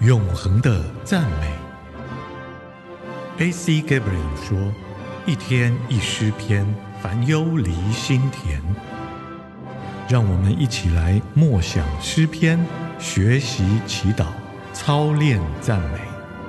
永恒的赞美。A.C. Gabriel 说：“一天一诗篇，烦忧离心田。”让我们一起来默想诗篇，学习祈祷，操练赞美。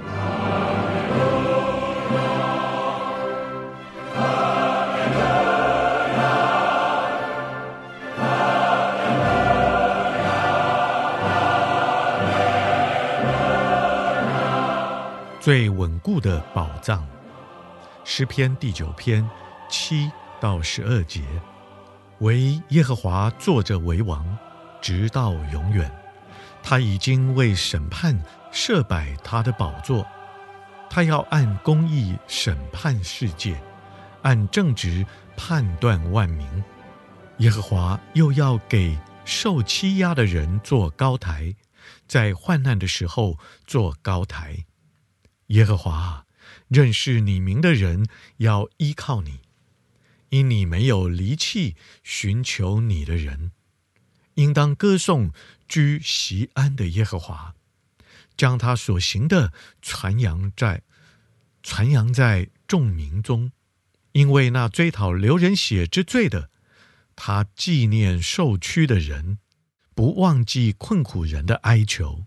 最稳固的宝藏，诗篇第9篇7到12节。唯耶和华坐着为王，直到永远。他已经为审判设摆他的宝座，他要按公义审判世界，按正直判断万民。耶和华又要给受欺压的人做高台，在患难的时候做高台。耶和华，认识你名的人要依靠你，因你没有离弃寻求你的人。应当歌颂居锡安的耶和华，将他所行的传扬在众民中。因为那追讨流人血之罪的，他纪念受屈的人，不忘记困苦人的哀求。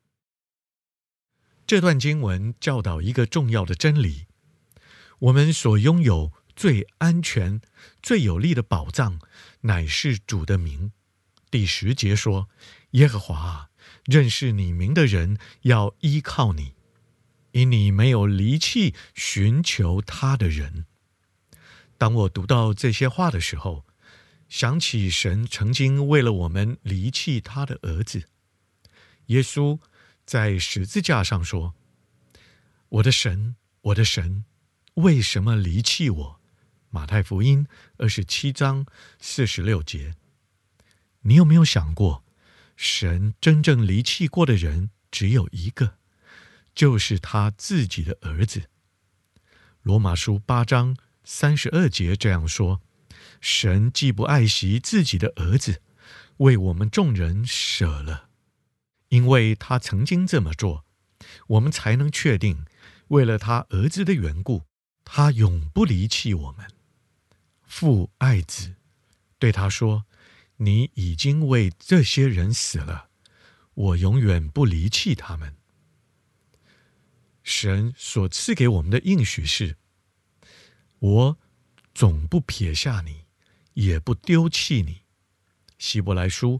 这段经文教导一个重要的真理：我们所拥有最安全、最有力的宝藏，乃是主的名。第10节说：“耶和华，认识你名的人要依靠你，因你没有离弃寻求他的人。”当我读到这些话的时候，想起神曾经为了我们离弃他的儿子。耶稣在十字架上说：“我的神，我的神，为什么离弃我？”马太福音27章46节。你有没有想过，神真正离弃过的人只有一个，就是他自己的儿子。罗马书8章32节这样说：“神既不爱惜自己的儿子，为我们众人舍了。因为他曾经这么做，我们才能确定，为了他儿子的缘故，他永不离弃我们。父爱子，对他说：你已经为这些人死了，我永远不离弃他们。”神所赐给我们的应许是：我总不撇下你，也不丢弃你。希伯来书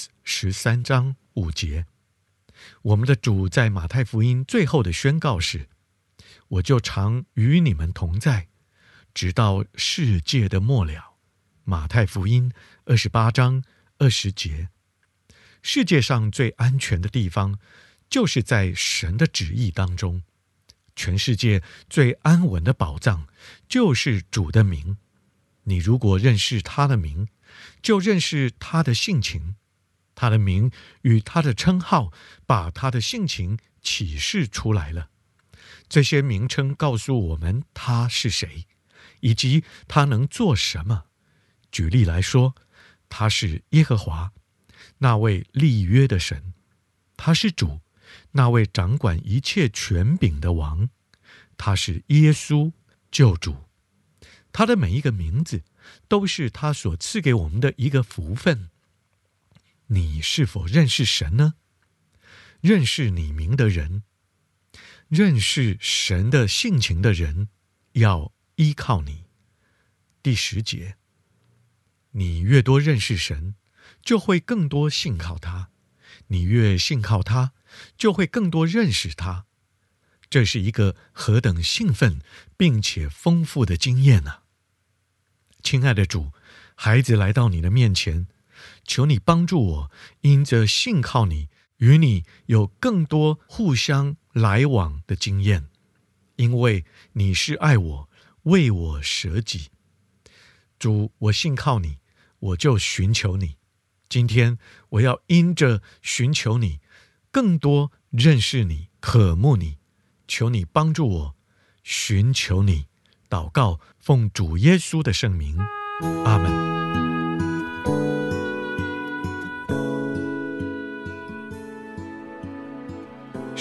13章5节。我们的主在马太福音最后的宣告是：我就常与你们同在，直到世界的末了。马太福音28章20节。世界上最安全的地方，就是在神的旨意当中。全世界最安稳的宝藏，就是主的名。你如果认识他的名，就认识他的性情。他的名与他的称号，把他的性情启示出来了。这些名称告诉我们他是谁，以及他能做什么。举例来说，他是耶和华，那位立约的神；他是主，那位掌管一切权柄的王；他是耶稣，救主。他的每一个名字，都是他所赐给我们的一个福分。你是否认识神呢？认识你名的人，认识神的性情的人，要依靠你。第10节。你越多认识神，就会更多信靠他；你越信靠他，就会更多认识他。这是一个何等兴奋并且丰富的经验啊！亲爱的主，孩子来到你的面前，求你帮助我，因着信靠你，与你有更多互相来往的经验，因为你是爱我，为我舍己。主，我信靠你，我就寻求你。今天我要因着寻求你，更多认识你，渴慕你。求你帮助我寻求你。祷告，奉主耶稣的圣名，阿们。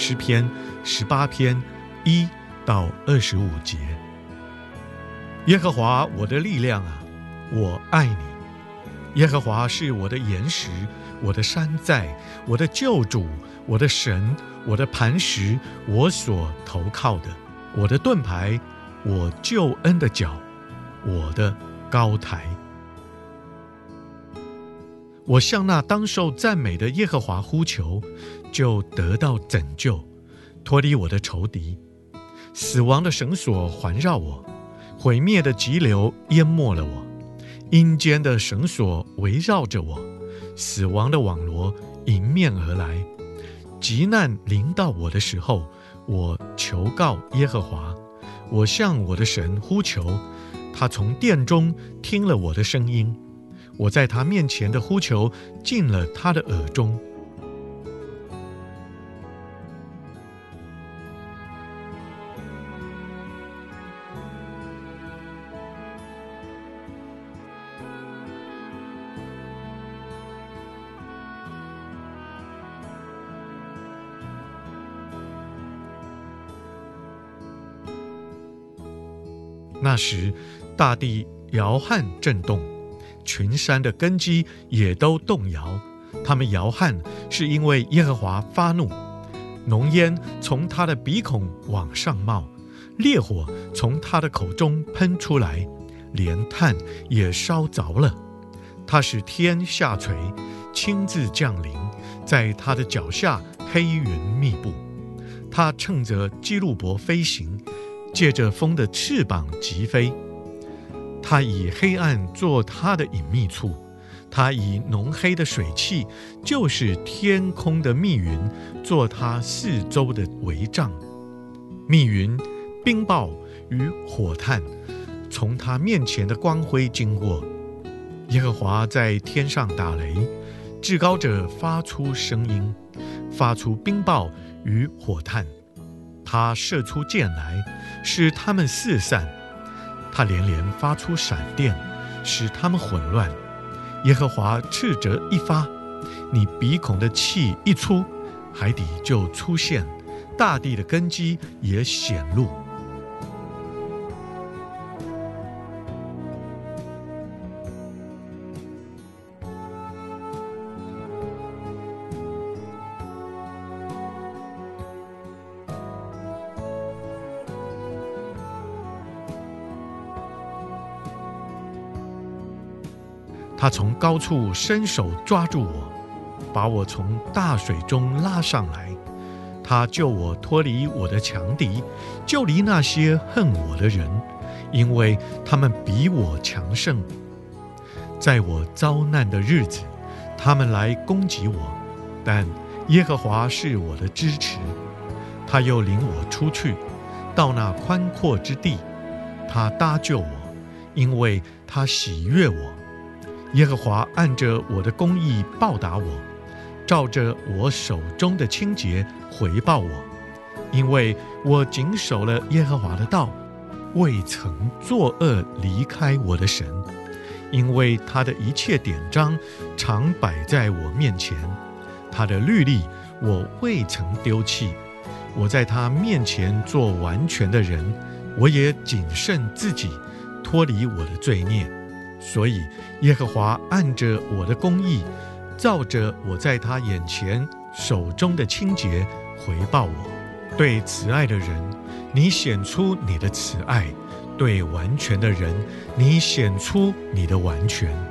诗篇18篇1到25节。耶和华我的力量啊，我爱你。耶和华是我的岩石，我的山寨，我的救主，我的神，我的磐石，我所投靠的，我的盾牌，我救恩的脚，我的高台。我向那当受赞美的耶和华呼求，就得到拯救，脱离我的仇敌。死亡的绳索环绕我，毁灭的急流淹没了我，阴间的绳索围绕着我，死亡的网罗迎面而来。急难临到我的时候，我求告耶和华，我向我的神呼求，他从殿中听了我的声音，我在他面前的呼求进了他的耳中。那时，大地摇撼震动，群山的根基也都动摇。他们摇撼，是因为耶和华发怒，浓烟从他的鼻孔往上冒，烈火从他的口中喷出来，连炭也烧着了。他使天下垂，亲自降临，在他的脚下黑云密布。他乘着基路伯飞行，借着风的翅膀疾飞。他以黑暗做他的隐秘处，他以浓黑的水汽，就是天空的密云，做他四周的围帐。密云、冰雹与火炭从他面前的光辉经过。耶和华在天上打雷，至高者发出声音，发出冰雹与火炭。他射出箭来，使他们四散。他连连发出闪电，使他们混乱。耶和华斥责一发，你鼻孔的气一出，海底就出现，大地的根基也显露。他从高处伸手抓住我，把我从大水中拉上来。他救我脱离我的强敌，救离那些恨我的人，因为他们比我强盛。在我遭难的日子，他们来攻击我，但耶和华是我的支持。他又领我出去，到那宽阔之地。他搭救我，因为他喜悦我。耶和华按着我的公义报答我，照着我手中的清洁回报我，因为我谨守了耶和华的道，未曾作恶离开我的神。因为他的一切典章常摆在我面前，他的律例我未曾丢弃。我在他面前做完全的人，我也谨慎自己，脱离我的罪孽。所以耶和华按着我的公义，照着我在他眼前手中的清洁回报我。对慈爱的人，你显出你的慈爱；对完全的人，你显出你的完全。